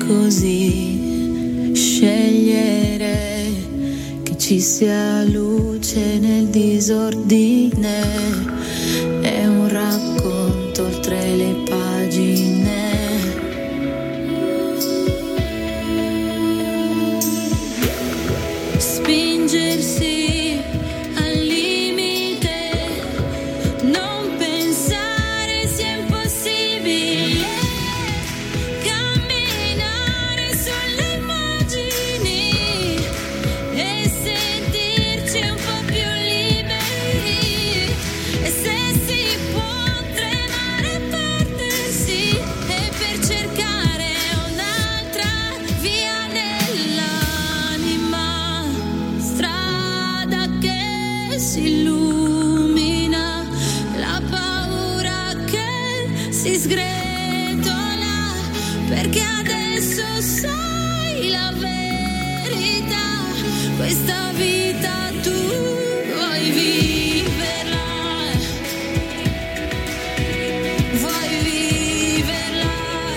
così scegliere che ci sia luce nel disordine, è un racconto oltre le pagine. Spingersi al limite, non pensare sia impossibile, camminare sulle immagini e sentirci un po' più liberi, e se si può tremare e perdersi, e per cercare un'altra via nell'anima, strada che si illumina, la paura che si sgretola, perché adesso sai la verità, questa vita tu vuoi viverla, vuoi viverla,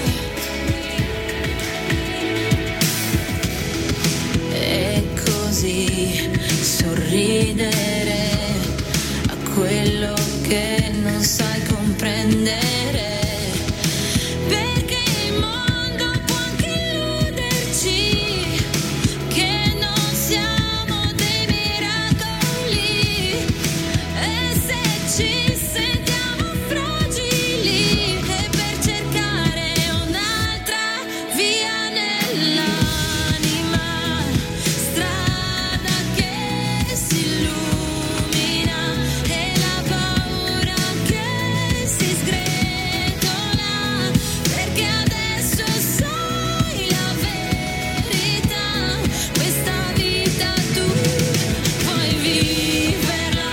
e così sorridere a quello che non sai comprendere, perché il mondo può anche illuderci che non siamo dei miracoli, e se ci sentiamo fragili, e per cercare un'altra via nell'anima, strada che si illumina, e la paura che si sgretola, perché adesso sai la verità, questa vita tu vuoi viverla,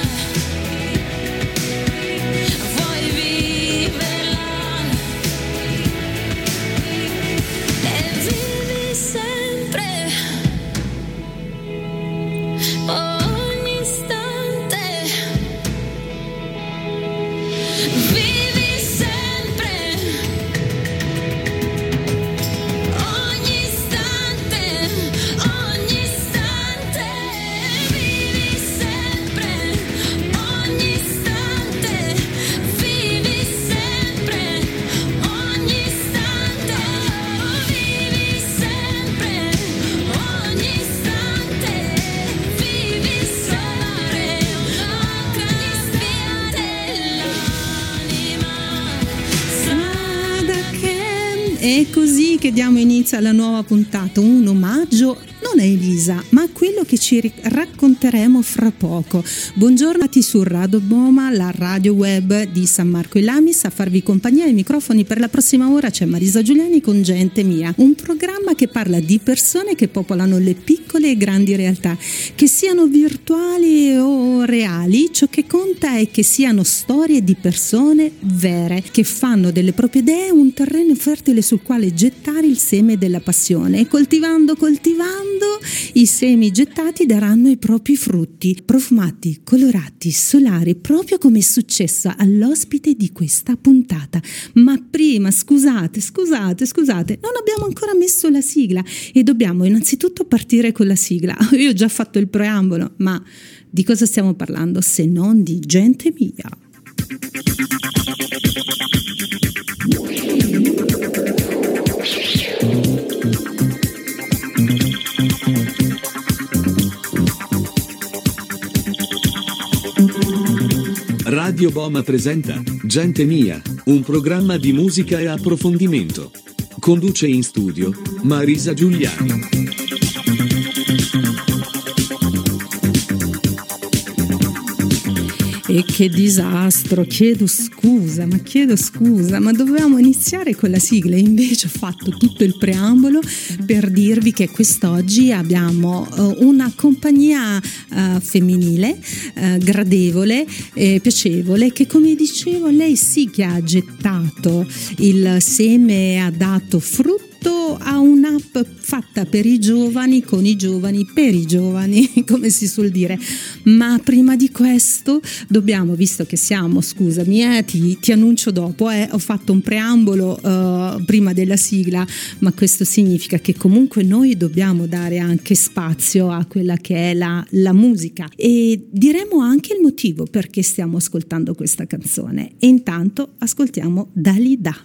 vuoi viverla, e vivi sempre ogni istante, vivi sempre ogni istante, ogni istante, vivi sempre ogni istante, vivi sempre ogni istante, vivi sempre ogni istante, vivi sempre un'altra via dell'anima, Strada che... È così che diamo inizio alla nuova puntata, un omaggio non a Elisa, ma a quello che ci racconteremo fra poco. Buongiorno su Radio Boma, la radio web di San Marco in Lamis. A farvi compagnia ai microfoni per la prossima ora c'è Marisa Giuliani con Gente Mia, un programma che parla di persone che popolano le piccole e grandi realtà, che siano virtuali o reali. Ciò che conta è che siano storie di persone vere, che fanno delle proprie idee un terreno fertile sul quale gettare il seme della passione, e coltivando i semi gettati daranno i propri frutti, profumati, colorati, solari, proprio come è successo all'ospite di questa puntata. Ma prima, scusate, non abbiamo ancora messo la sigla e dobbiamo innanzitutto partire con la sigla. Io ho già fatto il preambolo, ma di cosa stiamo parlando se non di Gente Mia? Radio Boma presenta Gente Mia, un programma di musica e approfondimento. Conduce in studio Marisa Giuliani. E che disastro, chiedo scusa, ma dovevamo iniziare con la sigla, invece ho fatto tutto il preambolo per dirvi che quest'oggi abbiamo una compagnia femminile, gradevole, piacevole, che, come dicevo, lei sì che ha gettato il seme, ha dato frutti progetto a un'app fatta per i giovani, con i giovani, per i giovani, come si suol dire. Ma prima di questo dobbiamo, visto che siamo, scusami, ti annuncio dopo, ho fatto un preambolo prima della sigla, ma questo significa che comunque noi dobbiamo dare anche spazio a quella che è la musica, e diremo anche il motivo perché stiamo ascoltando questa canzone. E intanto ascoltiamo Dalida.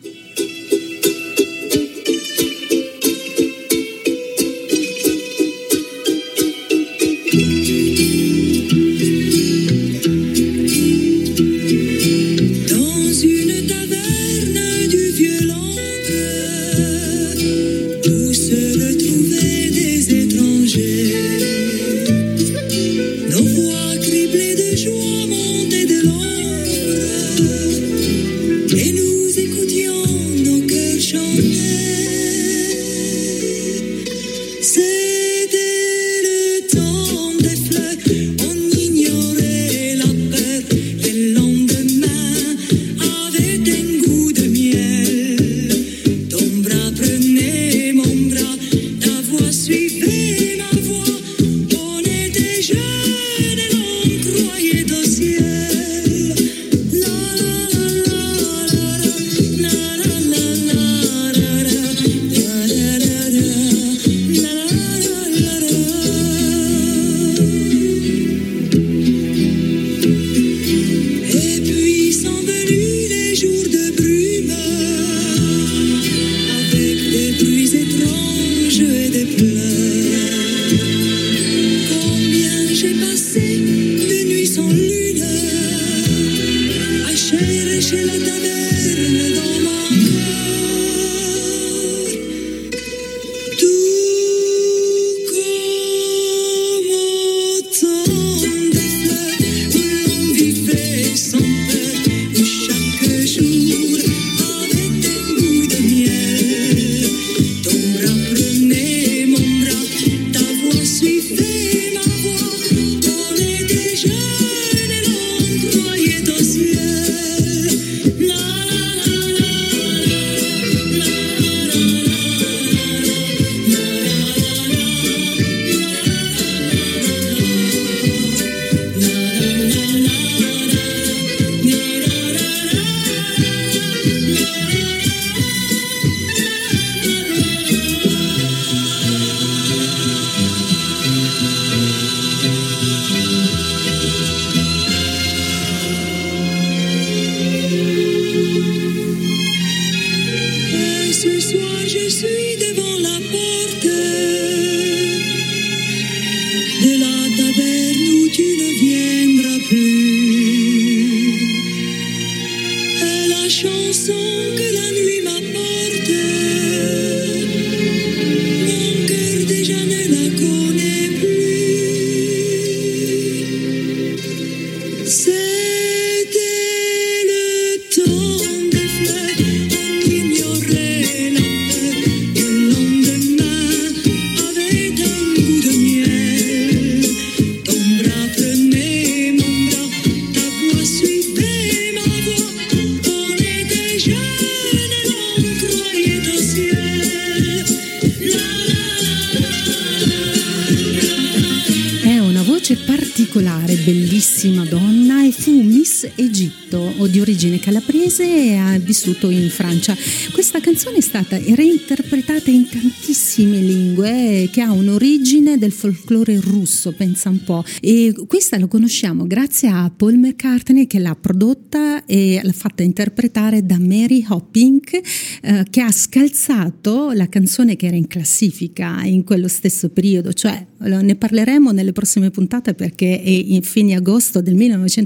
Bellissima donna, e fu Miss Egitto, o di origine calabrese, e ha vissuto in Francia. Questa canzone è stata reinterpretata in tantissime lingue, che ha un'origine del folklore russo, pensa un po', e questa lo conosciamo grazie a Paul McCartney, che l'ha prodotta e l'ha fatta interpretare da Mary Hoppink, che ha scalzato la canzone che era in classifica in quello stesso periodo. Cioè, ne parleremo nelle prossime puntate, perché è in fine agosto del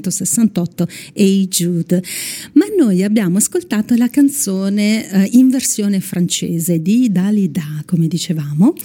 1968, Hey Jude. Ma noi abbiamo ascoltato la canzone in versione francese di Dalida, come dicevamo,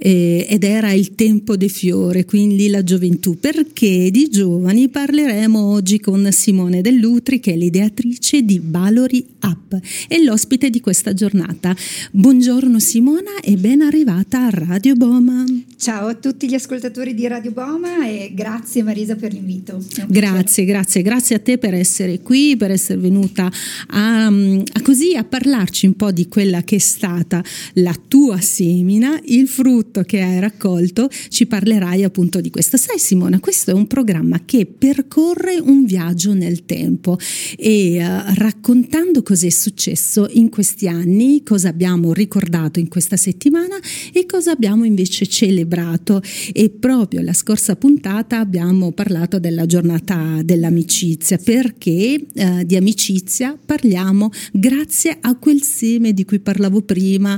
ed era il tempo dei fiori, quindi la gioventù, perché di giovani parleremo oggi con Simone Dell'Utri, che è l'ideatrice di Balori Up e l'ospite di questa giornata. Buongiorno Simona e ben arrivata a Radio Boma. Ciao a tutti gli ascoltatori di Radio Boma e grazie Marisa per l'invito. Grazie a te per essere qui, per essere venuta a parlarci un po' di quella che è stata la tua semina, il frutto che hai raccolto. Ci parlerai appunto di questo. Sai Simona, questo è un programma che percorre un viaggio nel tempo e raccontando cosa è successo in questi anni, cosa abbiamo ricordato in questa settimana e cosa abbiamo invece celebrato. E proprio la scorsa puntata abbiamo parlato della giornata dell'amicizia, perché di amicizia parliamo grazie a quel seme di cui parlavo prima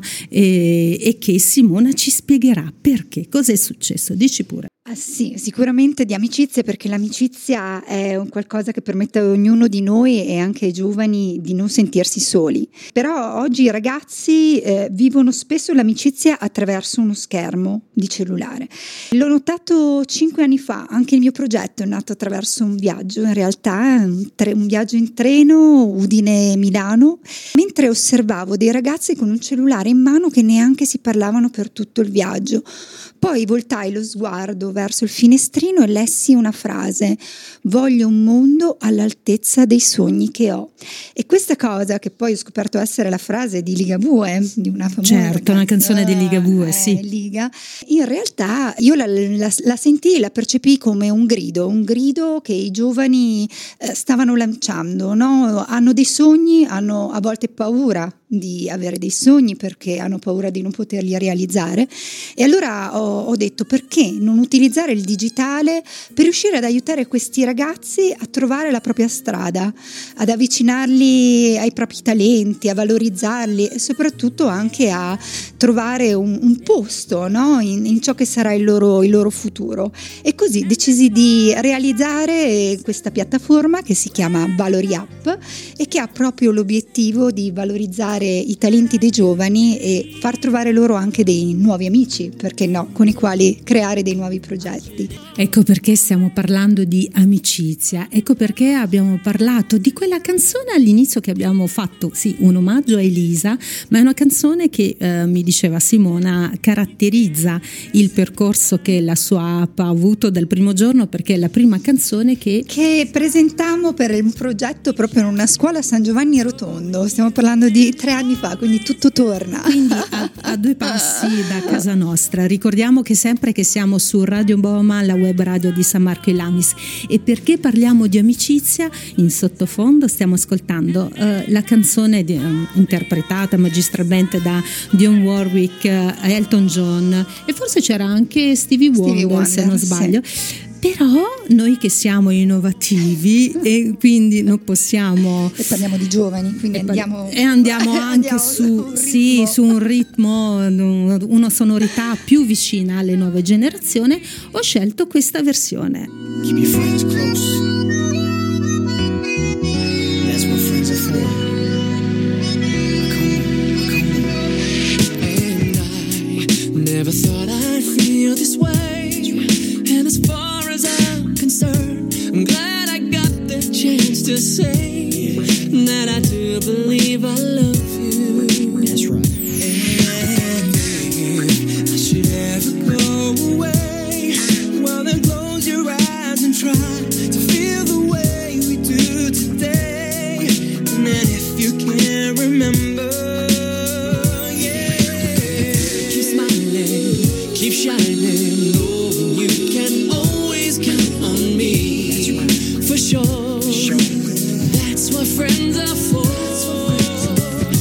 e che Simona ci spiegherà perché, cosa è successo. Dici pure. Sì, sicuramente di amicizia, perché l'amicizia è un qualcosa che permette a ognuno di noi e anche ai giovani di non sentirsi soli. Però oggi i ragazzi vivono spesso l'amicizia attraverso uno schermo di cellulare. L'ho notato 5 anni fa, anche il mio progetto è nato attraverso un viaggio, in realtà un viaggio in treno Udine-Milano, mentre osservavo dei ragazzi con un cellulare in mano che neanche si parlavano per tutto il viaggio. Poi voltai lo sguardo verso il finestrino e lessi una frase: voglio un mondo all'altezza dei sogni che ho. E questa cosa, che poi ho scoperto essere la frase di Ligabue, di una famosa certo, una canzone di Ligabue, sì. Liga, in realtà io la sentii, la percepii come un grido che i giovani stavano lanciando, no? Hanno dei sogni, hanno a volte paura di avere dei sogni perché hanno paura di non poterli realizzare, e allora ho detto: perché non utilizzare il digitale per riuscire ad aiutare questi ragazzi a trovare la propria strada, ad avvicinarli ai propri talenti, a valorizzarli e soprattutto anche a trovare un posto, no? in ciò che sarà il loro futuro. E così decisi di realizzare questa piattaforma che si chiama Valori App e che ha proprio l'obiettivo di valorizzare i talenti dei giovani e far trovare loro anche dei nuovi amici, perché no, con i quali creare dei nuovi progetti. Ecco perché stiamo parlando di amicizia, ecco perché abbiamo parlato di quella canzone all'inizio che abbiamo fatto, sì, un omaggio a Elisa, ma è una canzone che mi diceva Simona caratterizza il percorso che la sua app ha avuto dal primo giorno, perché è la prima canzone che presentammo per un progetto proprio in una scuola a San Giovanni Rotondo. Stiamo parlando di 3 anni fa, quindi tutto torna. Quindi a 2 passi da casa nostra. Ricordiamo che sempre che siamo su Radio Boma, la web radio di San Marco e Lamis, e perché parliamo di amicizia, in sottofondo stiamo ascoltando la canzone interpretata magistralmente da Dionne Warwick, Elton John, e forse c'era anche Stevie Wonder se non sbaglio. Sì. Però noi che siamo innovativi e quindi non possiamo, e parliamo di giovani, quindi andiamo anche su un ritmo, una sonorità più vicina alle nuove generazioni, ho scelto questa versione. Keep your friends close. That's what friends are for. Come on. And I never thought I'd feel this way. And as far as I'm concerned, I'm glad I got the chance to say that I do believe I love you. That's right. And if I should ever go away, well then close your eyes and try to feel the way we do today. And if you can't remember, yeah, keep smiling, keep shining. For sure, that's what friends are for.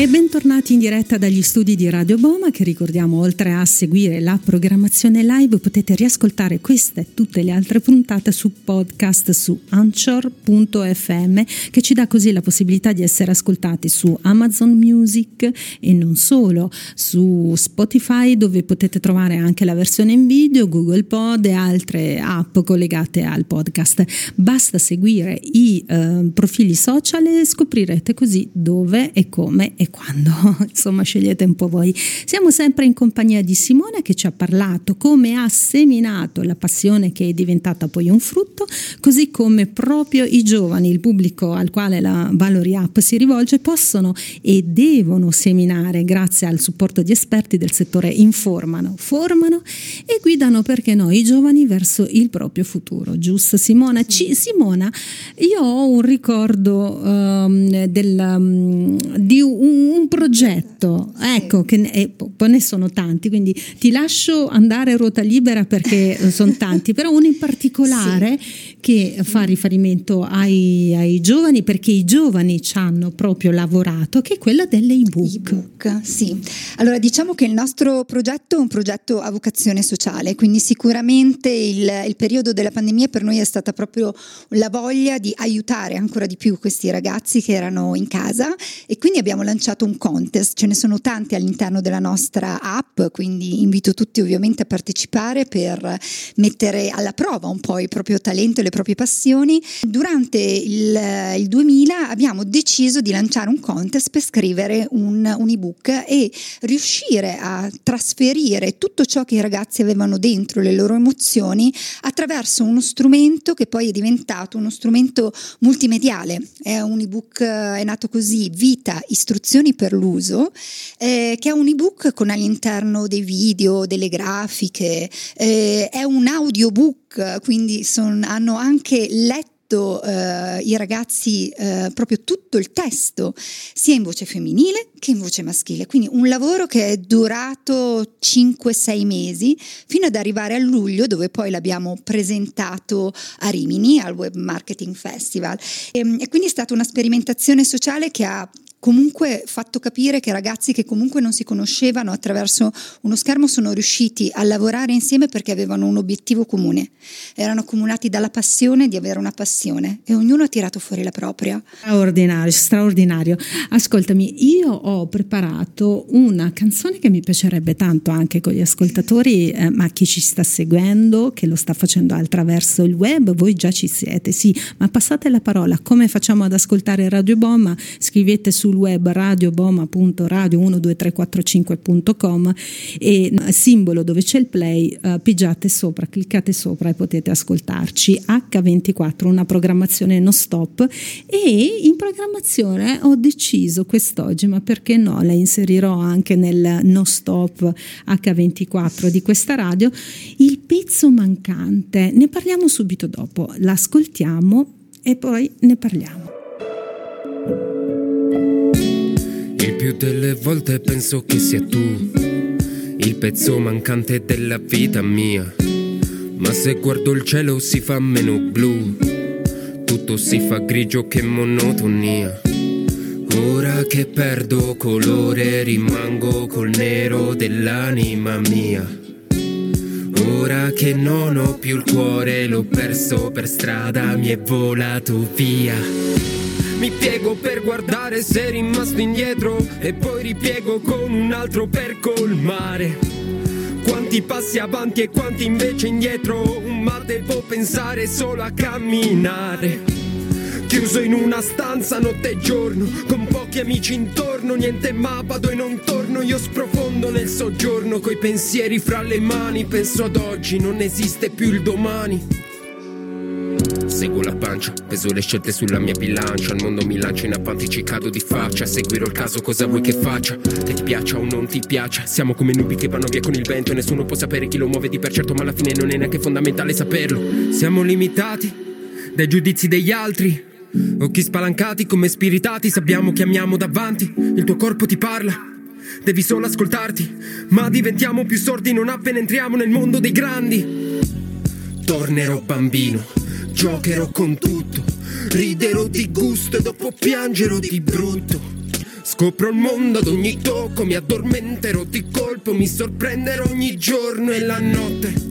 E bentornati in diretta dagli studi di Radio Boma, che ricordiamo, oltre a seguire la programmazione live, potete riascoltare queste e tutte le altre puntate su podcast su Anchor.fm, che ci dà così la possibilità di essere ascoltati su Amazon Music e non solo, su Spotify, dove potete trovare anche la versione in video, Google Pod e altre app collegate al podcast. Basta seguire i profili social e scoprirete così dove e come e quando, insomma scegliete un po' voi. Siamo sempre in compagnia di Simona, che ci ha parlato come ha seminato la passione che è diventata poi un frutto, così come proprio i giovani, il pubblico al quale la Valory App si rivolge, possono e devono seminare grazie al supporto di esperti del settore. Informano, formano e guidano, perché no, i giovani verso il proprio futuro. Giusto Simona? Simona, io ho un ricordo di un progetto, ecco, che poi ne sono tanti, quindi ti lascio andare a ruota libera perché sono tanti, però uno in particolare che fa riferimento ai giovani, perché i giovani ci hanno proprio lavorato, che è quella delle ebook. Sì, allora diciamo che il nostro progetto è un progetto a vocazione sociale, quindi sicuramente il periodo della pandemia per noi è stata proprio la voglia di aiutare ancora di più questi ragazzi che erano in casa, e quindi abbiamo lanciato un contest. Ce ne sono tanti all'interno della nostra app, quindi invito tutti ovviamente a partecipare per mettere alla prova un po' il proprio talento e le proprie passioni. Durante il 2000 abbiamo deciso di lanciare un contest per scrivere un ebook e riuscire a trasferire tutto ciò che i ragazzi avevano dentro, le loro emozioni, attraverso uno strumento che poi è diventato uno strumento multimediale. È un ebook, è nato così, Vita, istruzioni per l'uso, che è un ebook con all'interno dei video, delle grafiche, è un audiobook, quindi hanno anche letto i ragazzi proprio tutto il testo, sia in voce femminile che in voce maschile, quindi un lavoro che è durato 5-6 mesi fino ad arrivare a luglio, dove poi l'abbiamo presentato a Rimini al Web Marketing Festival, e quindi è stata una sperimentazione sociale che ha comunque fatto capire che ragazzi che comunque non si conoscevano attraverso uno schermo sono riusciti a lavorare insieme perché avevano un obiettivo comune, erano accomunati dalla passione di avere una passione e ognuno ha tirato fuori la propria. Straordinario. Ascoltami, io ho preparato una canzone che mi piacerebbe tanto anche con gli ascoltatori, ma chi ci sta seguendo, che lo sta facendo attraverso il web, voi già ci siete, sì, ma passate la parola. Come facciamo ad ascoltare Radio Boma? Scrivete sul web radioboma.radio12345.com e simbolo dove c'è il play, pigiate sopra, cliccate sopra e potete ascoltarci. H24, una programmazione non stop, e in programmazione ho deciso quest'oggi, ma perché no, la inserirò anche nel non stop H24 di questa radio, il pezzo mancante. Ne parliamo subito dopo, l'ascoltiamo e poi ne parliamo. Il più delle volte penso che sia tu il pezzo mancante della vita mia, ma se guardo il cielo si fa meno blu, tutto si fa grigio, che monotonia. Ora che perdo colore rimango col nero dell'anima mia. Ora che non ho più il cuore l'ho perso per strada, mi è volato via. Mi piego per guardare se è rimasto indietro e poi ripiego con un altro per colmare. Quanti passi avanti e quanti invece indietro, ma devo pensare solo a camminare. Chiuso in una stanza notte e giorno, con pochi amici intorno, niente ma vado e non torno, io sprofondo nel soggiorno, coi pensieri fra le mani, penso ad oggi, non esiste più il domani. Seguo la pancia, peso le scelte sulla mia bilancia, il mondo mi lancia in avanti, ci cado di faccia, seguirò il caso, cosa vuoi che faccia, che ti piaccia o non ti piaccia, siamo come nubi che vanno via con il vento, nessuno può sapere chi lo muove di per certo, ma alla fine non è neanche fondamentale saperlo, siamo limitati dai giudizi degli altri, occhi spalancati come spiritati, sappiamo che amiamo davanti, il tuo corpo ti parla, devi solo ascoltarti, ma diventiamo più sordi non appena entriamo nel mondo dei grandi. Tornerò bambino, giocherò con tutto, riderò di gusto e dopo piangerò di brutto. Scopro il mondo ad ogni tocco, mi addormenterò di colpo, mi sorprenderò ogni giorno e la notte.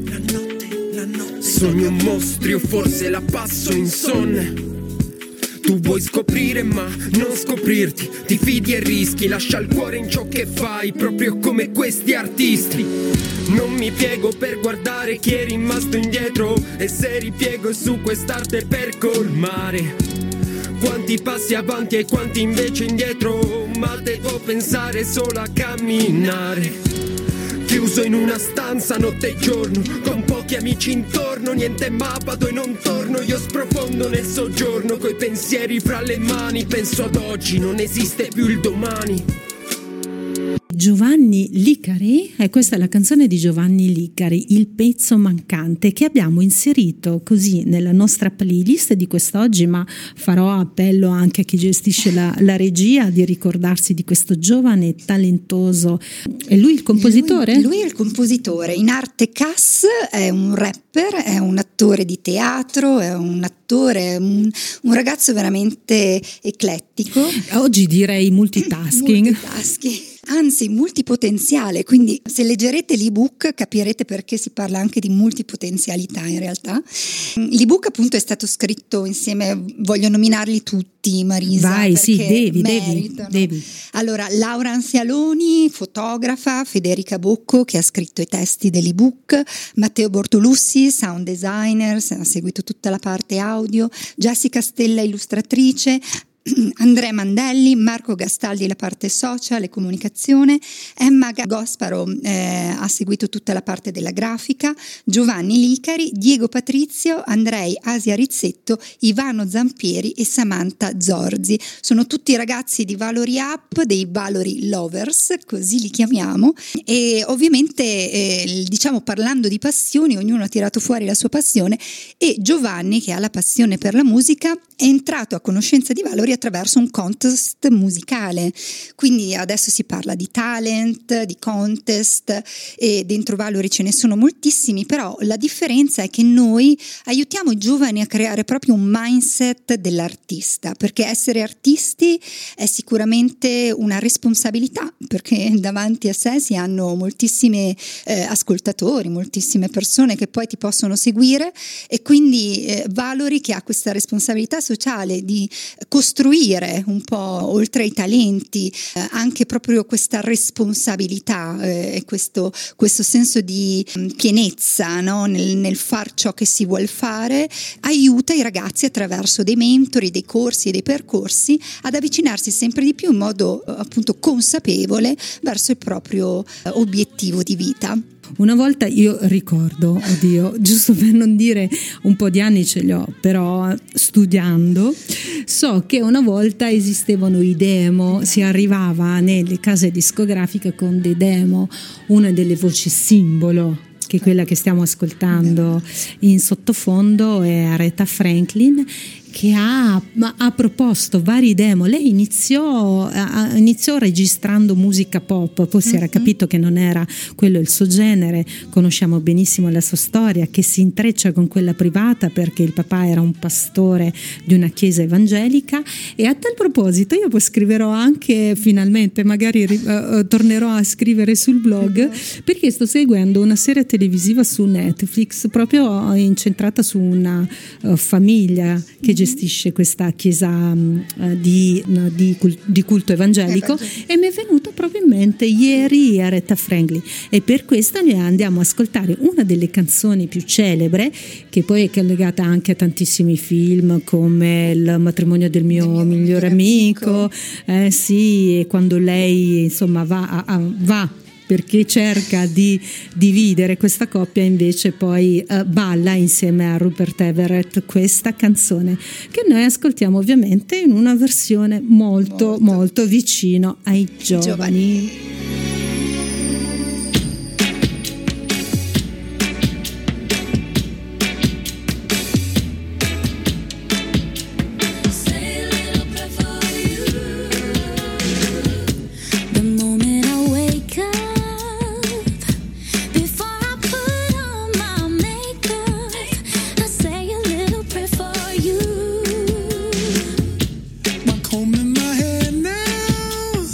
Sogno mostri o forse la passo insonne. Tu vuoi scoprire ma non scoprirti, ti fidi e rischi, lascia il cuore in ciò che fai, proprio come questi artisti. Non mi piego per guardare chi è rimasto indietro, e se ripiego su quest'arte per colmare quanti passi avanti e quanti invece indietro, ma devo pensare solo a camminare. Chiuso in una stanza notte e giorno, con pochi amici intorno, niente ma vado e non torno, io sprofondo nel soggiorno, coi pensieri fra le mani, penso ad oggi, non esiste più il domani. Giovanni Licari, e questa è la canzone di Giovanni Licari, Il pezzo mancante, che abbiamo inserito così nella nostra playlist di quest'oggi, ma farò appello anche a chi gestisce la regia di ricordarsi di questo giovane talentoso. È lui il compositore? Lui è il compositore. In arte Cass è un rapper, è un attore di teatro, è un attore, un ragazzo veramente eclettico. Oggi direi multitasking. Anzi multipotenziale, quindi se leggerete l'ebook capirete perché si parla anche di multipotenzialità in realtà. L'ebook appunto è stato scritto insieme, voglio nominarli tutti, Marisa. Vai, sì, devi. Allora, Laura Anzialoni, fotografa, Federica Bocco che ha scritto i testi dell'ebook, Matteo Bortolussi, sound designer, ha seguito tutta la parte audio, Jessica Stella, illustratrice, Andrea Mandelli, Marco Gastaldi la parte social e comunicazione, Emma Gosparo ha seguito tutta la parte della grafica, Giovanni Licari, Diego Patrizio, Andrei Asia Rizzetto, Ivano Zampieri e Samantha Zorzi. Sono tutti ragazzi di Valori Up, dei Valori Lovers, così li chiamiamo, e ovviamente diciamo parlando di passioni, ognuno ha tirato fuori la sua passione, e Giovanni, che ha la passione per la musica, è entrato a conoscenza di Valori attraverso un contest musicale. Quindi adesso si parla di talent, di contest, e dentro Valori ce ne sono moltissimi, però la differenza è che noi aiutiamo i giovani a creare proprio un mindset dell'artista, perché essere artisti è sicuramente una responsabilità, perché davanti a sé si hanno moltissimi ascoltatori, moltissime persone che poi ti possono seguire, e quindi Valori, che ha questa responsabilità sociale di costruire un po' oltre ai talenti anche proprio questa responsabilità e questo senso di pienezza, no? nel far ciò che si vuol fare, aiuta i ragazzi attraverso dei mentori, dei corsi e dei percorsi ad avvicinarsi sempre di più in modo appunto consapevole verso il proprio obiettivo di vita. Una volta io ricordo, giusto per non dire un po' di anni ce li ho, però studiando so che una volta esistevano i demo, si arrivava nelle case discografiche con dei demo, una delle voci simbolo, che è quella che stiamo ascoltando in sottofondo, è Aretha Franklin, che ha proposto vari demo. Lei iniziò registrando musica pop, poi si era capito che non era quello il suo genere. Conosciamo benissimo la sua storia, che si intreccia con quella privata perché il papà era un pastore di una chiesa evangelica. E a tal proposito io poi scriverò anche, finalmente magari tornerò a scrivere sul blog, perché sto seguendo una serie televisiva su Netflix proprio incentrata su una famiglia che gestisce questa chiesa di culto evangelico, e mi è venuto proprio in mente ieri Aretha Franklin, e per questo ne andiamo a ascoltare una delle canzoni più celebre, che poi è collegata anche a tantissimi film come Il matrimonio del mio migliore amico, sì, e quando lei insomma va perché cerca di dividere questa coppia, invece poi balla insieme a Rupert Everett questa canzone, che noi ascoltiamo ovviamente in una versione molto vicino ai giovani. Comb in my hair now,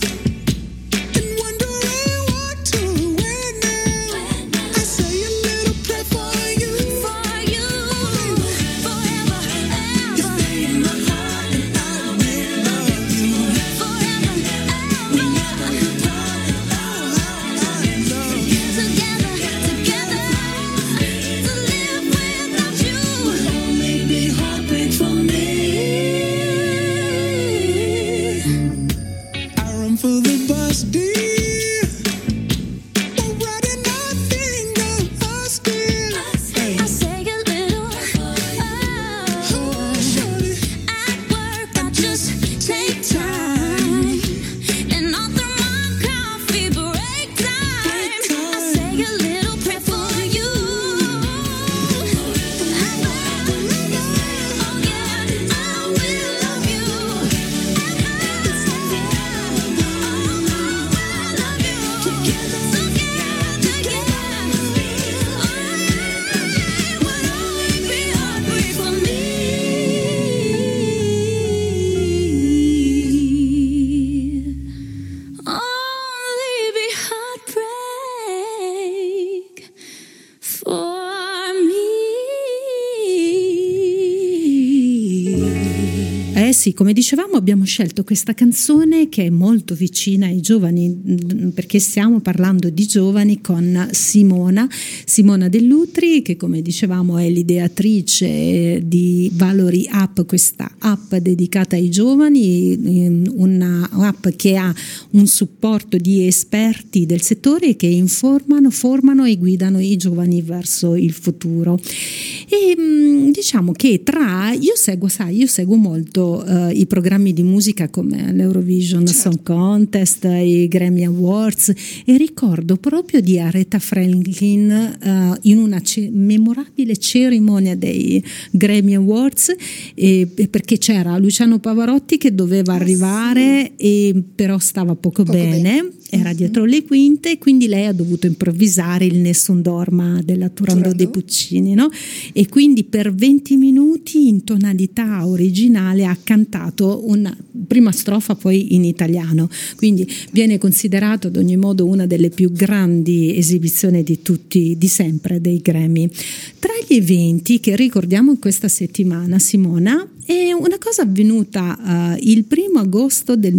Sì, come dicevamo abbiamo scelto questa canzone che è molto vicina ai giovani, perché stiamo parlando di giovani con Simona Dell'Utri, che come dicevamo è l'ideatrice di Valori App, questa app dedicata ai giovani, una app che ha un supporto di esperti del settore che informano, formano e guidano i giovani verso il futuro. E diciamo che io seguo molto i programmi di musica come l'Eurovision Song Contest, i Grammy Awards, e ricordo proprio di Aretha Franklin in una memorabile cerimonia dei Grammy Awards, perché c'era Luciano Pavarotti che doveva arrivare, però stava poco bene. Era dietro le quinte, quindi lei ha dovuto improvvisare il Nessun Dorma della Turandot de Puccini, no? E quindi per 20 minuti in tonalità originale ha cantato una prima strofa poi in italiano, quindi viene considerato ad ogni modo una delle più grandi esibizioni di sempre dei Grammy. Tra gli eventi che ricordiamo in questa settimana, Simona, è una cosa avvenuta il 1 agosto del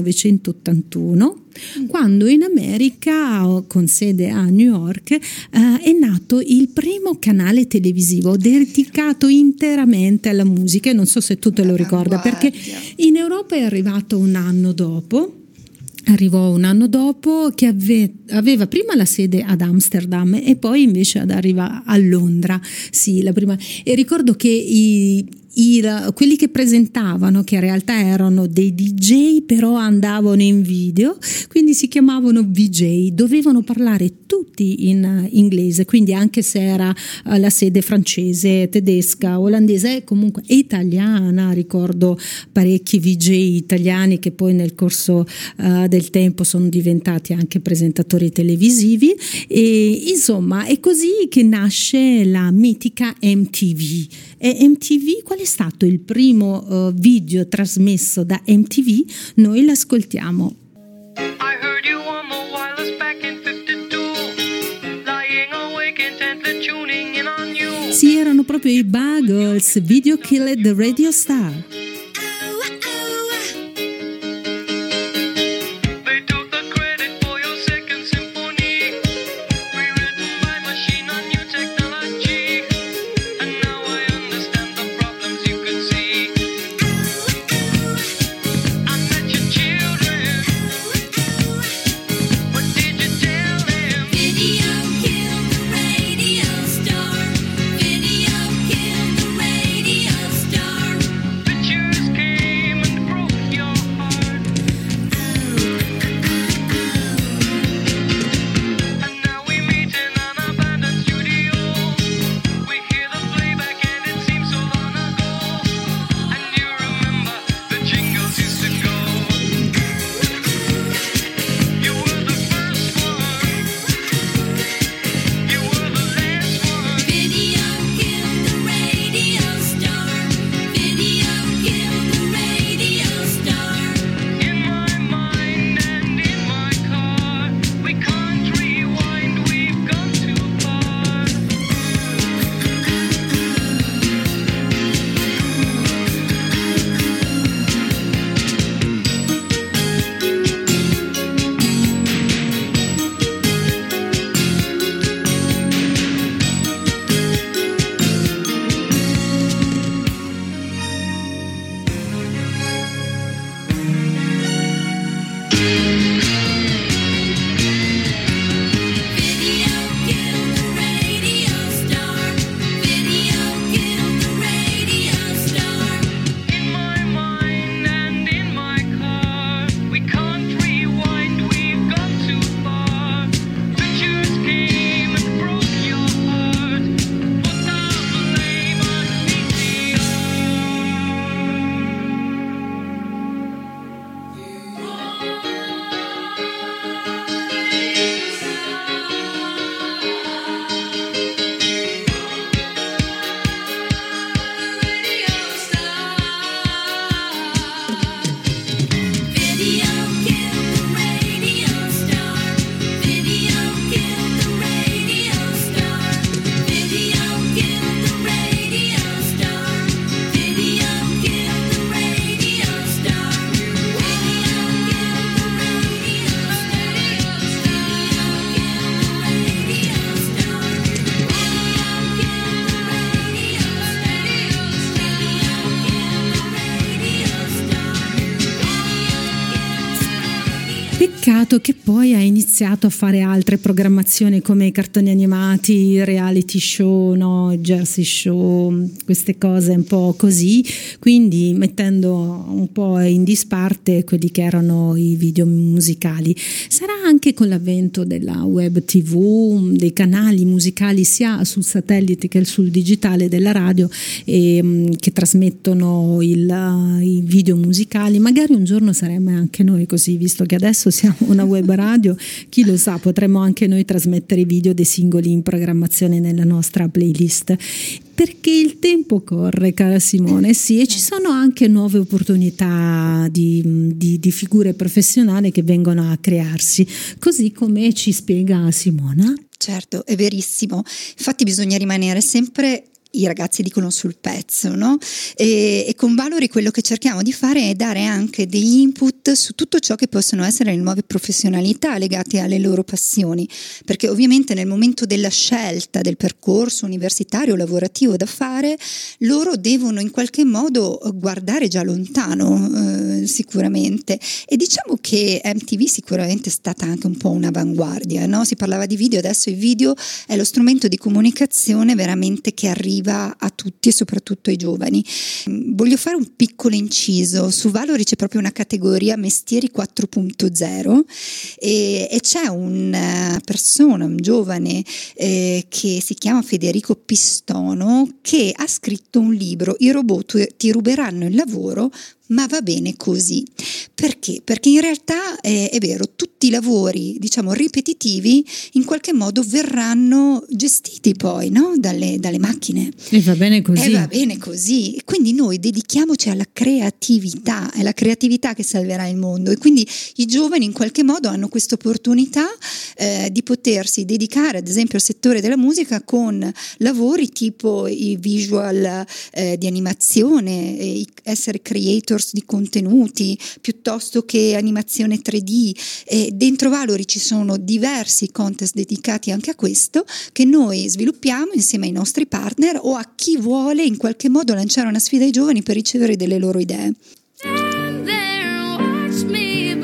1981, quando in America, con sede a New York, è nato il primo canale televisivo dedicato interamente alla musica. E non so se tu te lo ricorda, perché in Europa è arrivato un anno dopo. Arrivò un anno dopo, che aveva prima la sede ad Amsterdam e poi invece arriva a Londra. Sì, la prima. E ricordo che quelli che presentavano, che in realtà erano dei DJ però andavano in video, quindi si chiamavano VJ, dovevano parlare tutti in inglese, quindi anche se era la sede francese, tedesca, olandese, comunque italiana. Ricordo parecchi VJ italiani che poi nel corso del tempo sono diventati anche presentatori televisivi, e insomma è così che nasce la mitica MTV. E MTV, qual è stato il primo video trasmesso da MTV? Noi l'ascoltiamo. I heard you on the wireless back in 52, lying awake intently tuning in on you. Sì, erano proprio i Buggles, Video Killed the Radio Star. They took the credit for your second symphony, rewritten by machine on new technology. And now I understand the problems you could see. I met your children. What did you tell them? Video killed the radio star. Video killed the radio star. That you Peccato che poi ha iniziato a fare altre programmazioni come i cartoni animati, i reality show, no? Il Jersey Show, queste cose un po' così, quindi mettendo un po' in disparte quelli che erano i video musicali. Sarà anche con l'avvento della web TV, dei canali musicali sia sul satellite che sul digitale della radio che trasmettono i video musicali. Magari un giorno saremo anche noi così, visto che adesso siamo una web radio, chi lo sa, potremmo anche noi trasmettere i video dei singoli in programmazione nella nostra playlist, perché il tempo corre, cara Simone, sì, e ci sono anche nuove opportunità di figure professionali che vengono a crearsi, così come ci spiega Simona. Certo, è verissimo, infatti bisogna rimanere sempre, i ragazzi dicono, sul pezzo, no? E con Valori quello che cerchiamo di fare è dare anche degli input su tutto ciò che possono essere le nuove professionalità legate alle loro passioni, perché ovviamente nel momento della scelta del percorso universitario o lavorativo da fare, loro devono in qualche modo guardare già lontano, sicuramente, e diciamo che MTV sicuramente è stata anche un po' un'avanguardia, no? Si parlava di video, adesso il video è lo strumento di comunicazione veramente che arriva a tutti e soprattutto ai giovani. Voglio fare un piccolo inciso, su Valori c'è proprio una categoria mestieri 4.0 e c'è una persona, un giovane che si chiama Federico Pistono, che ha scritto un libro, I robot ti ruberanno il lavoro, ma va bene così. Perché? Perché in realtà è vero, tutti i lavori, diciamo, ripetitivi in qualche modo verranno gestiti poi, no? dalle macchine. E va bene così. E va bene così. Quindi noi dedichiamoci alla creatività, è la creatività che salverà il mondo, e quindi i giovani in qualche modo hanno questa opportunità di potersi dedicare ad esempio al settore della musica con lavori tipo i visual di animazione, essere creator di contenuti piuttosto che animazione 3D. Dentro Valori ci sono diversi contest dedicati anche a questo che noi sviluppiamo insieme ai nostri partner o a chi vuole in qualche modo lanciare una sfida ai giovani per ricevere delle loro idee. Stand there and watch me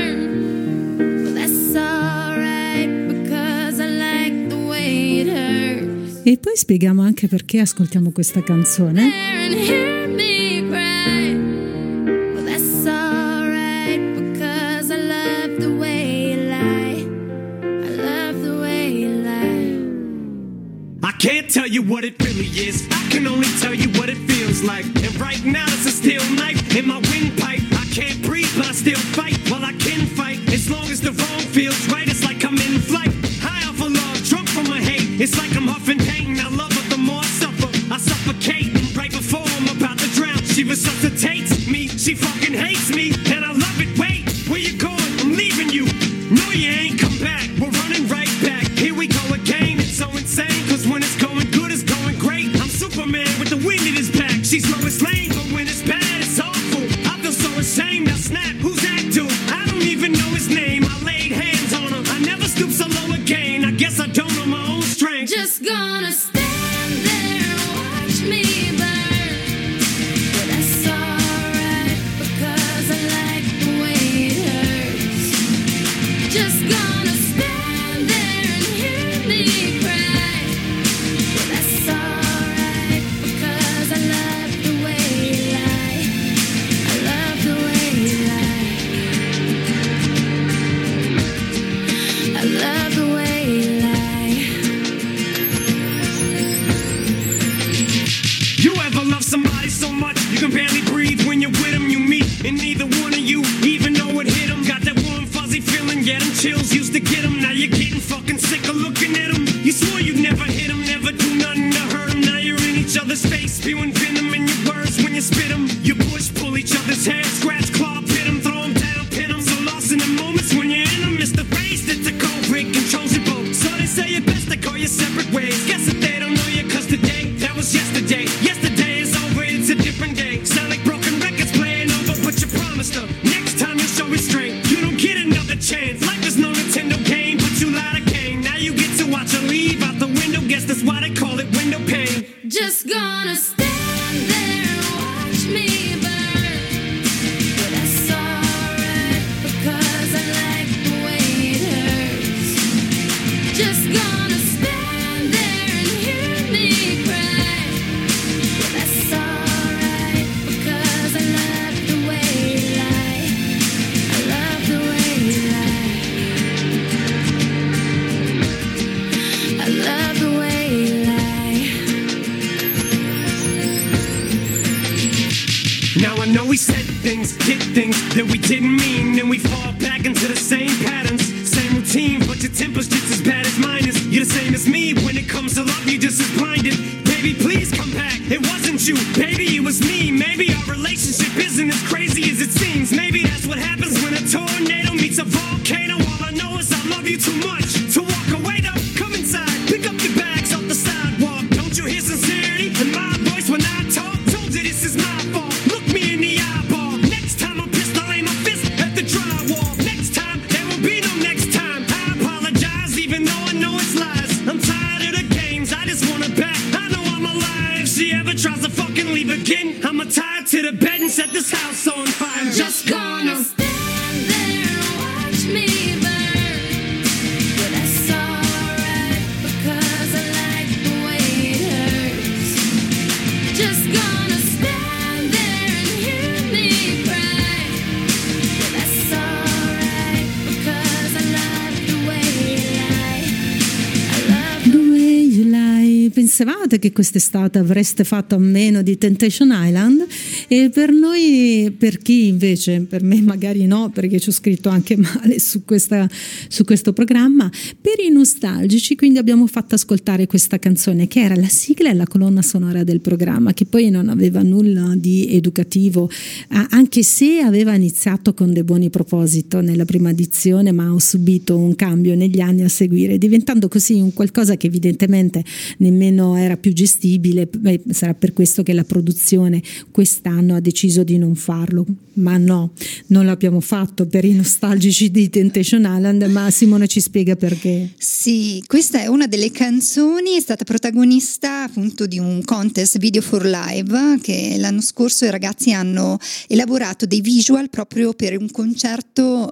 burn. Well, that's alright because I like the way it hurts. E poi spieghiamo anche perché ascoltiamo questa canzone. There and hear me cry. Well, that's alright because I love the way you lie. I love the way you lie. I can't tell you what it really is. I can only tell you what it feels like. And right now it's a steel knife in my windpipe. I can't breathe, but I still fight. Well, I can fight as long as the wrong feels right. It's like I'm in flight, high off of love, drunk from my hate. It's like I'm huffing pain. I love her the more I suffer. I suffocate right before I'm about to drown. She resuscitates me. She fucking hates me, and I love it. Wait, where you going? I'm leaving you. No, you ain't come back. We're running right back. Here we go again. It's so insane, cause when it's going good, it's going great. I'm Superman with the wind in his back. She's Lois Lane, but when it's bad, it's awful. I feel so ashamed. I snap. Who's that dude? I don't even know his name. I laid hands on him. I never stoop so low again. I guess I don't know my own strength. Just gonna stand there and watch me burn. Well, that's alright because I like the way it hurts. Just gonna stand there and hear me cry. Well, that's alright because I love the way you lie. I love the way you lie. I love the way you lie. You ever love somebody so much you can barely breathe when you're with them? You meet, and neither one of you even know it hit them. Got that warm fuzzy feeling, yeah, them chills used to get them. Now you're getting fucking sick of looking at them. You swore you'd never hit them, never do nothing to hurt them. Now you're in each other's face, spewing venom in your words when you spit them. You push, pull each other's hair, scratch, claw, pit them, throw them down, pin them. So lost in the moments when you're in them, it's the face that's a cold break, controls your boat. So they say it best to go your separate ways. Guess that they don't know you, cause today, that was yesterday. Yesterday is over, it's a different day. Sound like broken records playing over, but you promised her next time you'll show restraint. You don't get another chance. Life is no Nintendo game, but you lied again. Now you get to watch her leave out the window. Guess that's why they call it window pane. Just gonna stand there and watch me burn. Now I know we said things, did things that we didn't mean, and we fall back into the same patterns, same routine, but your temper's just as bad as mine is. You're the same as me, when it comes to love, you're just as blinded. Baby, please come back, it wasn't you, baby, it was me. Maybe our relationship isn't as crazy as it seems. Maybe that's what happens when a tornado meets a volcano. All I know is I love you too much to walk away. Though, come inside, pick up your bags off the sidewalk. Don't you hear sincerity in my voice when I talk? Told you this is my fault. Look me in the eyeball. Next time I'm pissed, I'll aim my fist at the drywall. Next time, there will be no next time. I apologize, even though I know it's lies. I'm tired of the games, I just want her back. I know I'm alive. If she ever tries to fucking leave again, I'ma tie her to the bed and set this house on fire. I'm just gonna stand there and watch me burn. But that's alright because I like the way it hurts. Just gonna stand there and hear me cry. But that's alright because I love the way you lie. I love The Way You Lie. Pensavate che quest'estate avreste fatto a meno di Temptation Island? E per noi, per chi invece, per me magari no, perché ci ho scritto anche male su questo programma, per i nostalgici quindi abbiamo fatto ascoltare questa canzone che era la sigla e la colonna sonora del programma, che poi non aveva nulla di educativo, anche se aveva iniziato con dei buoni propositi nella prima edizione, ma ho subito un cambio negli anni a seguire, diventando così un qualcosa che evidentemente nemmeno era più gestibile. Beh, sarà per questo che la produzione quest'anno ha deciso di non farlo, ma no, non l'abbiamo fatto per i nostalgici di Temptation Island, ma Simone ci spiega perché. Sì, questa è una delle canzoni, è stata protagonista appunto di un contest Video for Live che l'anno scorso i ragazzi hanno elaborato dei visual proprio per un concerto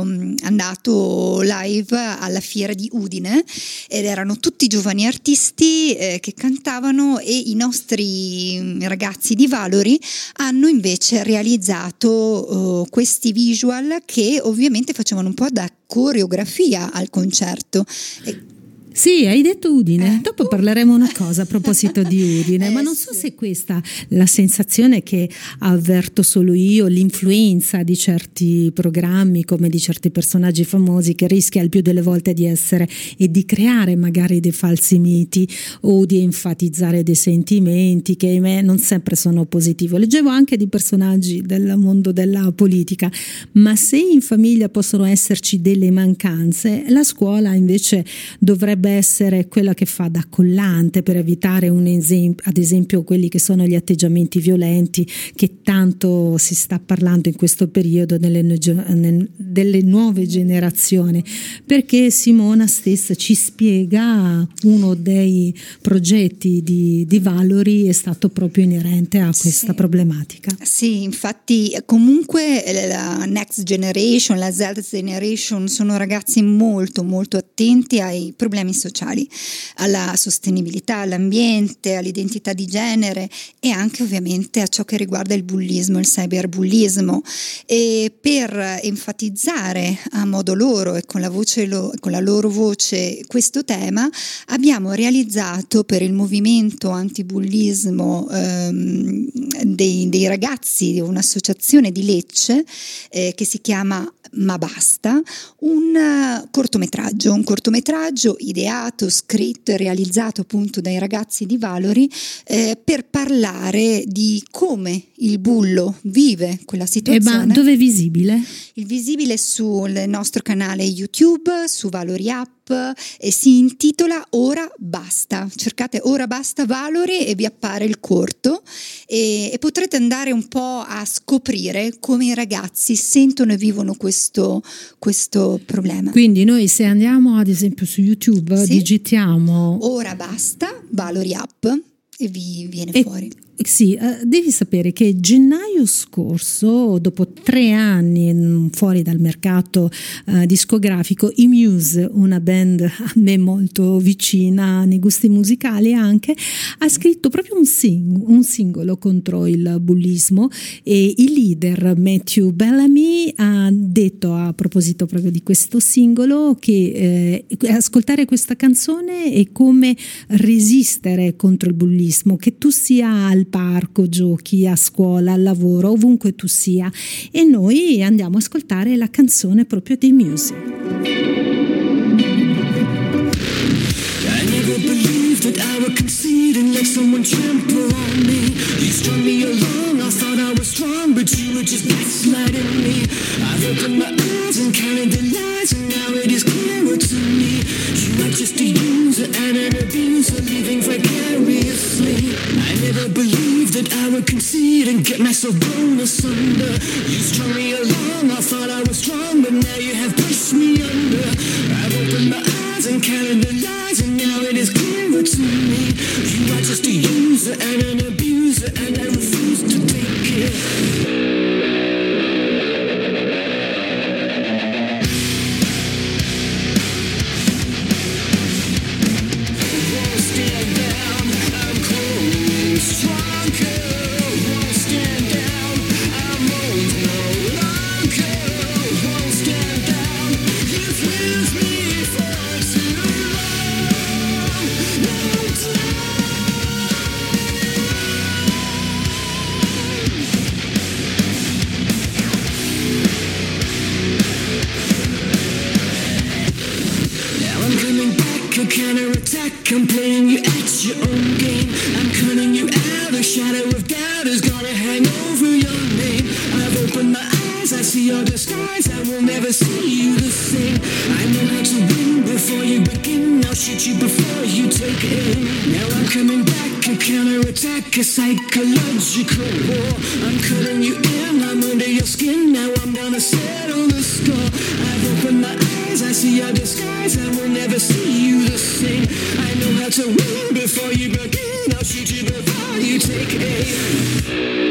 andato live alla fiera di Udine, ed erano tutti giovani artisti che cantavano, e i nostri ragazzi di Valori hanno invece realizzato questi visual che ovviamente facevano un po' da coreografia al concerto. Sì, hai detto Udine, dopo parleremo una cosa a proposito di Udine, ma non so se questa la sensazione che avverto solo io, l'influenza di certi programmi come di certi personaggi famosi, che rischia il più delle volte di essere e di creare magari dei falsi miti o di enfatizzare dei sentimenti che ahimè non sempre sono positivi. Leggevo anche di personaggi del mondo della politica, ma se in famiglia possono esserci delle mancanze, la scuola invece dovrebbe essere quella che fa da collante per evitare ad esempio quelli che sono gli atteggiamenti violenti che tanto si sta parlando in questo periodo delle nuove generazioni, perché Simona stessa ci spiega uno dei progetti di Valori è stato proprio inerente a questa problematica. Sì, infatti comunque la Next Generation, la Z Generation sono ragazzi molto molto attenti ai problemi sociali, alla sostenibilità, all'ambiente, all'identità di genere e anche ovviamente a ciò che riguarda il bullismo, il cyberbullismo. E per enfatizzare a modo loro e con la loro voce questo tema, abbiamo realizzato per il movimento antibullismo dei ragazzi di un'associazione di Lecce che si chiama Ma Basta, un cortometraggio ideato, scritto e realizzato appunto dai ragazzi di Valori per parlare di come il bullo vive quella situazione. Ma dove è visibile? Il visibile sul nostro canale YouTube, su Valori App, e si intitola Ora Basta. Cercate Ora Basta Valori e vi appare il corto e potrete andare un po' a scoprire come i ragazzi sentono e vivono questo problema. Quindi noi se andiamo ad esempio su YouTube, digitiamo Ora Basta Valori App e vi viene fuori. Sì, devi sapere che gennaio scorso, dopo 3 anni fuori dal mercato discografico, i Muse, una band a me molto vicina nei gusti musicali anche, ha scritto proprio un singolo contro il bullismo, e il leader Matthew Bellamy ha detto a proposito proprio di questo singolo che ascoltare questa canzone è come resistere contro il bullismo, che tu sia al parco, giochi, a scuola, al lavoro, ovunque tu sia. E noi andiamo a ascoltare la canzone proprio dei Muse. I never believed that I would concede and let someone trample on me. You strung me along, I thought I was strong, but you were just gaslighting me. I've opened my eyes and counted the lies, and now it is clearer to me. You are just a user and an abuser, living vicariously. I never believed that I would concede and get myself blown asunder. You strung me along, I thought I was strong, but now you have pushed me under. I've opened my eyes and counted the lies, and now it is clearer to me. You are just a user and an abuser, and I refuse to take it. Won't stand down, I'm growing stronger. Won't stand down, I'm old no longer. Won't stand down, you've used me for too long. Now I'm coming back, a counterattack. I'm playing you at your own game. I'm cutting you out, a shadow of doubt is gonna hang over your name. I've opened my eyes, I see your disguise, I will never see you the same. I know how to win before you begin, I'll shoot you before you take aim. Now I'm coming back, a counterattack, a psychological war. I'm cutting you in, I'm under your skin, now I'm gonna settle the score. I've opened my eyes, I see your disguise, I will never see you the same. I know how to win before you begin, I'll shoot you before you take aim.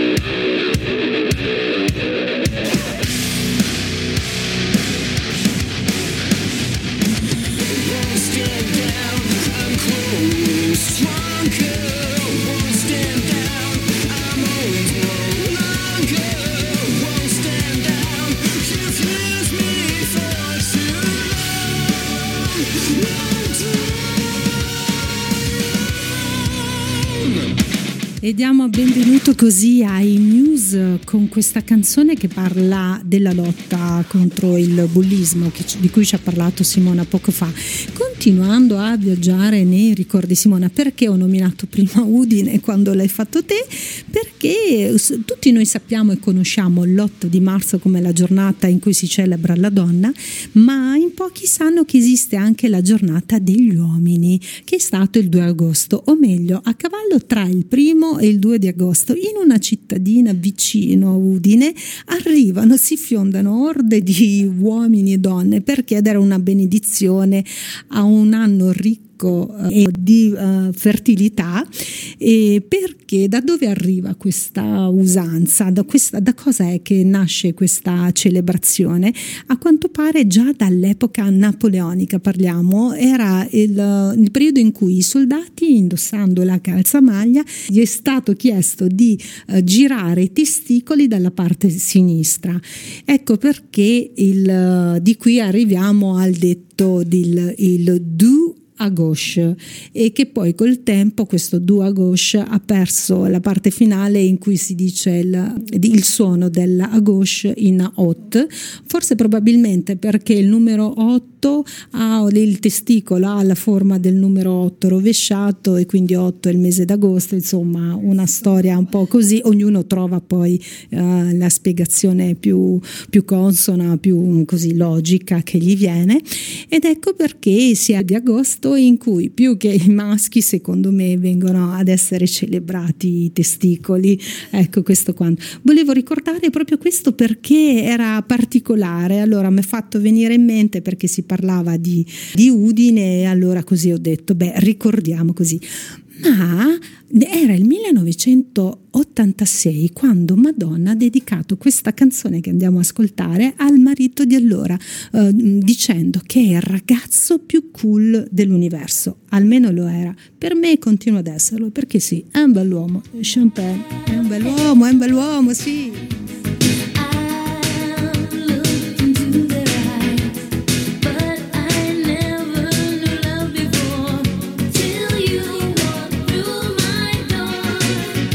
Won't stand down, I'm growing stronger. Won't stand down, I'm old no longer. Won't stand down, you've used me for too long. E diamo benvenuto così ai Muse con questa canzone che parla della lotta contro il bullismo di cui ci ha parlato Simona poco fa. Continuando a viaggiare nei ricordi, Simona, perché ho nominato prima Udine quando l'hai fatto te? Perché tutti noi sappiamo e conosciamo l'8 di marzo come la giornata in cui si celebra la donna, ma in pochi sanno che esiste anche la giornata degli uomini, che è stato il 2 agosto, o meglio a cavallo tra il 1° e il 2 di agosto. In una cittadina vicino a Udine si fiondano orde di uomini e donne per chiedere una benedizione a un anno ricco di fertilità. E perché, da dove arriva questa usanza, da cosa è che nasce questa celebrazione? A quanto pare già dall'epoca napoleonica, parliamo, era il periodo in cui i soldati, indossando la calzamaglia, gli è stato chiesto di girare i testicoli dalla parte sinistra. Ecco perché di qui arriviamo al detto il du a gauche, e che poi col tempo questo du a gauche ha perso la parte finale in cui si dice il suono della a gauche in ot, forse probabilmente perché il numero 8 il testicolo ha la forma del numero 8 rovesciato e quindi 8 è il mese d'agosto, insomma una storia un po' così, ognuno trova poi la spiegazione più consona, più così logica che gli viene, ed ecco perché si è di agosto in cui più che i maschi secondo me vengono ad essere celebrati i testicoli. Ecco, questo quanto volevo ricordare proprio questo perché era particolare, allora mi è fatto venire in mente perché si parlava di Udine e allora così ho detto ricordiamo così. Ma era il 1986 quando Madonna ha dedicato questa canzone che andiamo a ascoltare al marito di allora, dicendo che è il ragazzo più cool dell'universo, almeno lo era, per me continua ad esserlo, perché sì, è un bell'uomo, Champagne è un bell'uomo, sì. Till you walk through my door.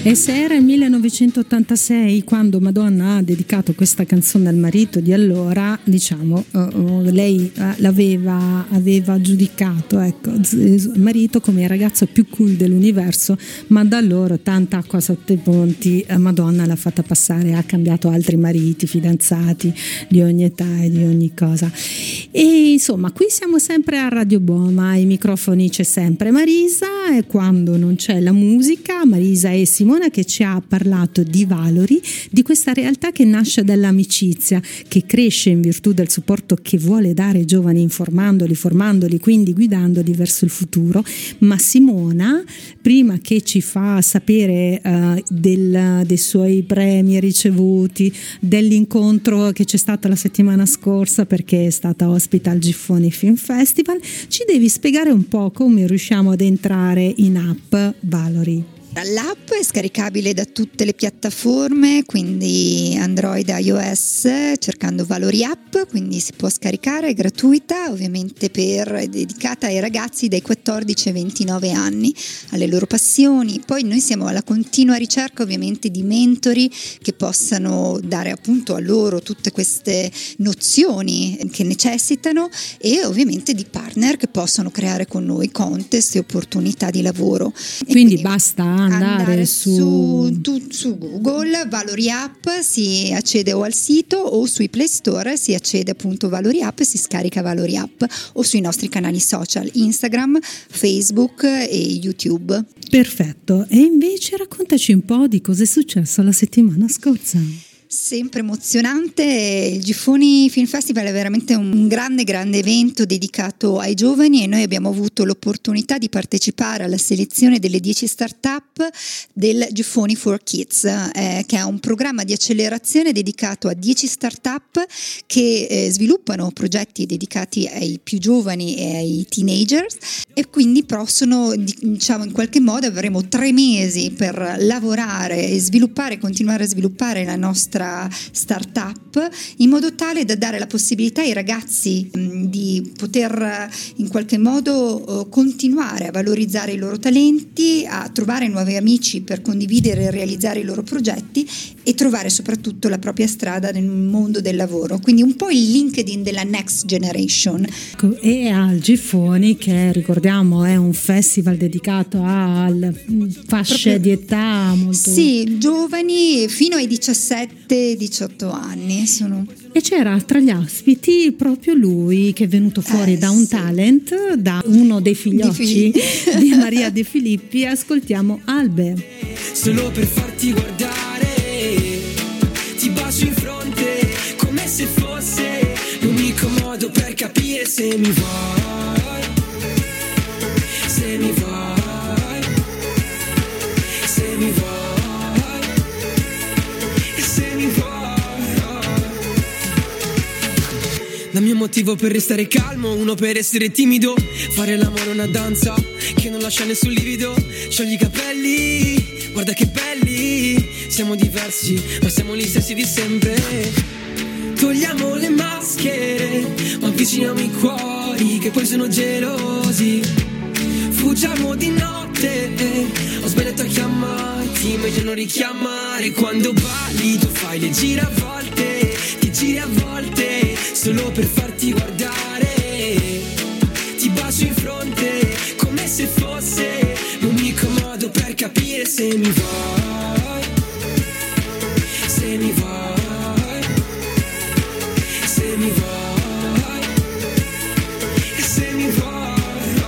E se era il 1986 quando Madonna ha dedicato questa canzone al marito di allora, diciamo, lei aveva giudicato, ecco, il marito come il ragazzo più cool dell'universo, ma da allora tanta acqua sotto i ponti, Madonna l'ha fatta passare, ha cambiato altri mariti, fidanzati di ogni età e di ogni cosa. E insomma, qui siamo sempre a Radio Boma, ai microfoni c'è sempre Marisa, e quando non c'è la musica, Marisa e Simona che ci ha parlato di Valori, di questa realtà che nasce dall'amicizia, che cresce in virtù del supporto che vuole dare ai giovani, informandoli, formandoli, quindi guidandoli verso il futuro. Ma Simona, prima che ci fa sapere dei suoi premi ricevuti, dell'incontro che c'è stato la settimana scorsa perché è stata ospite al Giffoni Film Festival, ci devi spiegare un po' come riusciamo ad entrare in app Valori. L'app è scaricabile da tutte le piattaforme, quindi Android, iOS, cercando Valori App, quindi si può scaricare, è gratuita, ovviamente è dedicata ai ragazzi dai 14 ai 29 anni, alle loro passioni. Poi noi siamo alla continua ricerca ovviamente di mentori che possano dare appunto a loro tutte queste nozioni che necessitano, e ovviamente di partner che possono creare con noi contest e opportunità di lavoro. Quindi basta andare su Google Valori App, si accede o al sito o sui Play Store si accede appunto Valori App e si scarica Valori App, o sui nostri canali social Instagram, Facebook e YouTube. Perfetto. E invece raccontaci un po' di cosa è successo la settimana scorsa. Sempre emozionante, il Giffoni Film Festival è veramente un grande evento dedicato ai giovani, e noi abbiamo avuto l'opportunità di partecipare alla selezione delle 10 start-up del Giffoni for Kids, che è un programma di accelerazione dedicato a 10 start-up che sviluppano progetti dedicati ai più giovani e ai teenagers, e quindi possono, diciamo, in qualche modo avremo 3 mesi per lavorare e sviluppare, continuare a sviluppare la nostra startup, in modo tale da dare la possibilità ai ragazzi di poter in qualche modo continuare a valorizzare i loro talenti, a trovare nuovi amici per condividere e realizzare i loro progetti, e trovare soprattutto la propria strada nel mondo del lavoro. Quindi un po' il LinkedIn della next generation. E al Giffoni, che ricordiamo è un festival dedicato alle fasce di età molto... Sì, giovani fino ai 17-18 anni sono. E c'era tra gli ospiti proprio lui, che è venuto fuori da un talent, da uno dei figliocci di Maria De Filippi. Ascoltiamo Albe. Solo per farti guardare, ti bacio in fronte come se fosse l'unico modo per capire se mi vuoi, se mi vuoi, se mi vuoi, se mi vuoi. La mio motivo per restare calmo, uno per essere timido, fare l'amore una danza che non lascia nessun livido. Sciogli i capelli, guarda che belli, siamo diversi ma siamo gli stessi di sempre. Togliamo le maschere ma avviciniamo i cuori che poi sono gelosi. Fuggiamo di notte, ho sbagliato a chiamarti, meglio non richiamare. Quando balli tu fai le giravolte, ti giri a volte solo per farti guardare. Ti bacio in fronte come se fosse l'unico modo per capire se mi vuoi, se mi vuoi, se mi vuoi, se mi vuoi.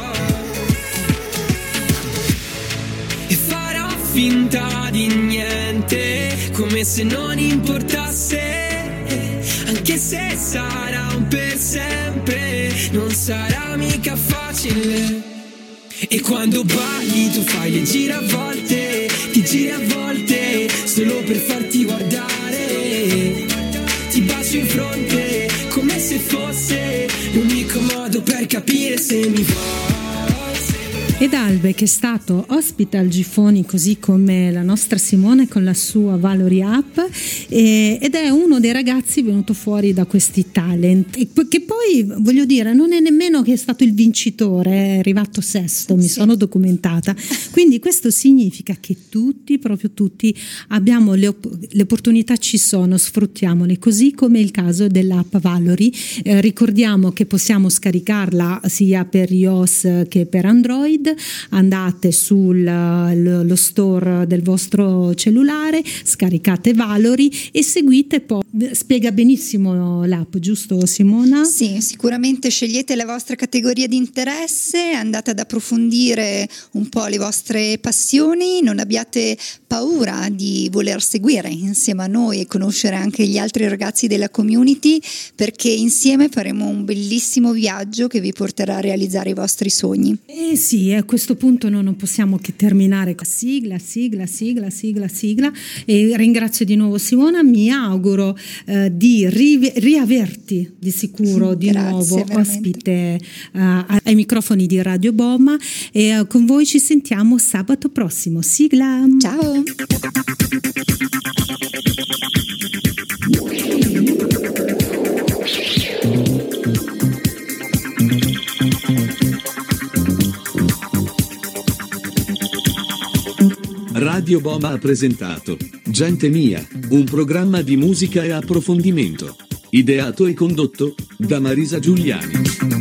E farò finta di niente, come se non importasse, anche se sarà un per sempre, non sarà mica facile. E quando balli tu fai le giravolte, ti giri a volte solo per farti guardare. Ti bacio in fronte come se fosse l'unico modo per capire se mi vuoi. Ed Salve, che è stato ospite al Gifoni, così come la nostra Simone con la sua Valory App, ed è uno dei ragazzi venuto fuori da questi talent, che poi, voglio dire, non è nemmeno che è stato il vincitore, è arrivato sesto, mi sono documentata, quindi questo significa che tutti, proprio tutti, abbiamo le opportunità, ci sono, sfruttiamole, così come il caso dell'app Valory. Ricordiamo che possiamo scaricarla sia per iOS che per Android. Andate sullo store del vostro cellulare, scaricate Valory e seguite, poi spiega benissimo l'app, giusto Simona? Sì, sicuramente scegliete la vostra categoria di interesse, andate ad approfondire un po' le vostre passioni, non abbiate paura di voler seguire insieme a noi e conoscere anche gli altri ragazzi della community, perché insieme faremo un bellissimo viaggio che vi porterà a realizzare i vostri sogni. Sì, a questo punto non possiamo che terminare con sigla, e ringrazio di nuovo Simona, mi auguro di riaverti di sicuro di Grazie, nuovo veramente. ospite ai microfoni di Radio Bomma, e con voi ci sentiamo sabato prossimo. Sigla. Ciao! Radio Bomma ha presentato Gente Mia, un programma di musica e approfondimento. Ideato e condotto da Marisa Giuliani.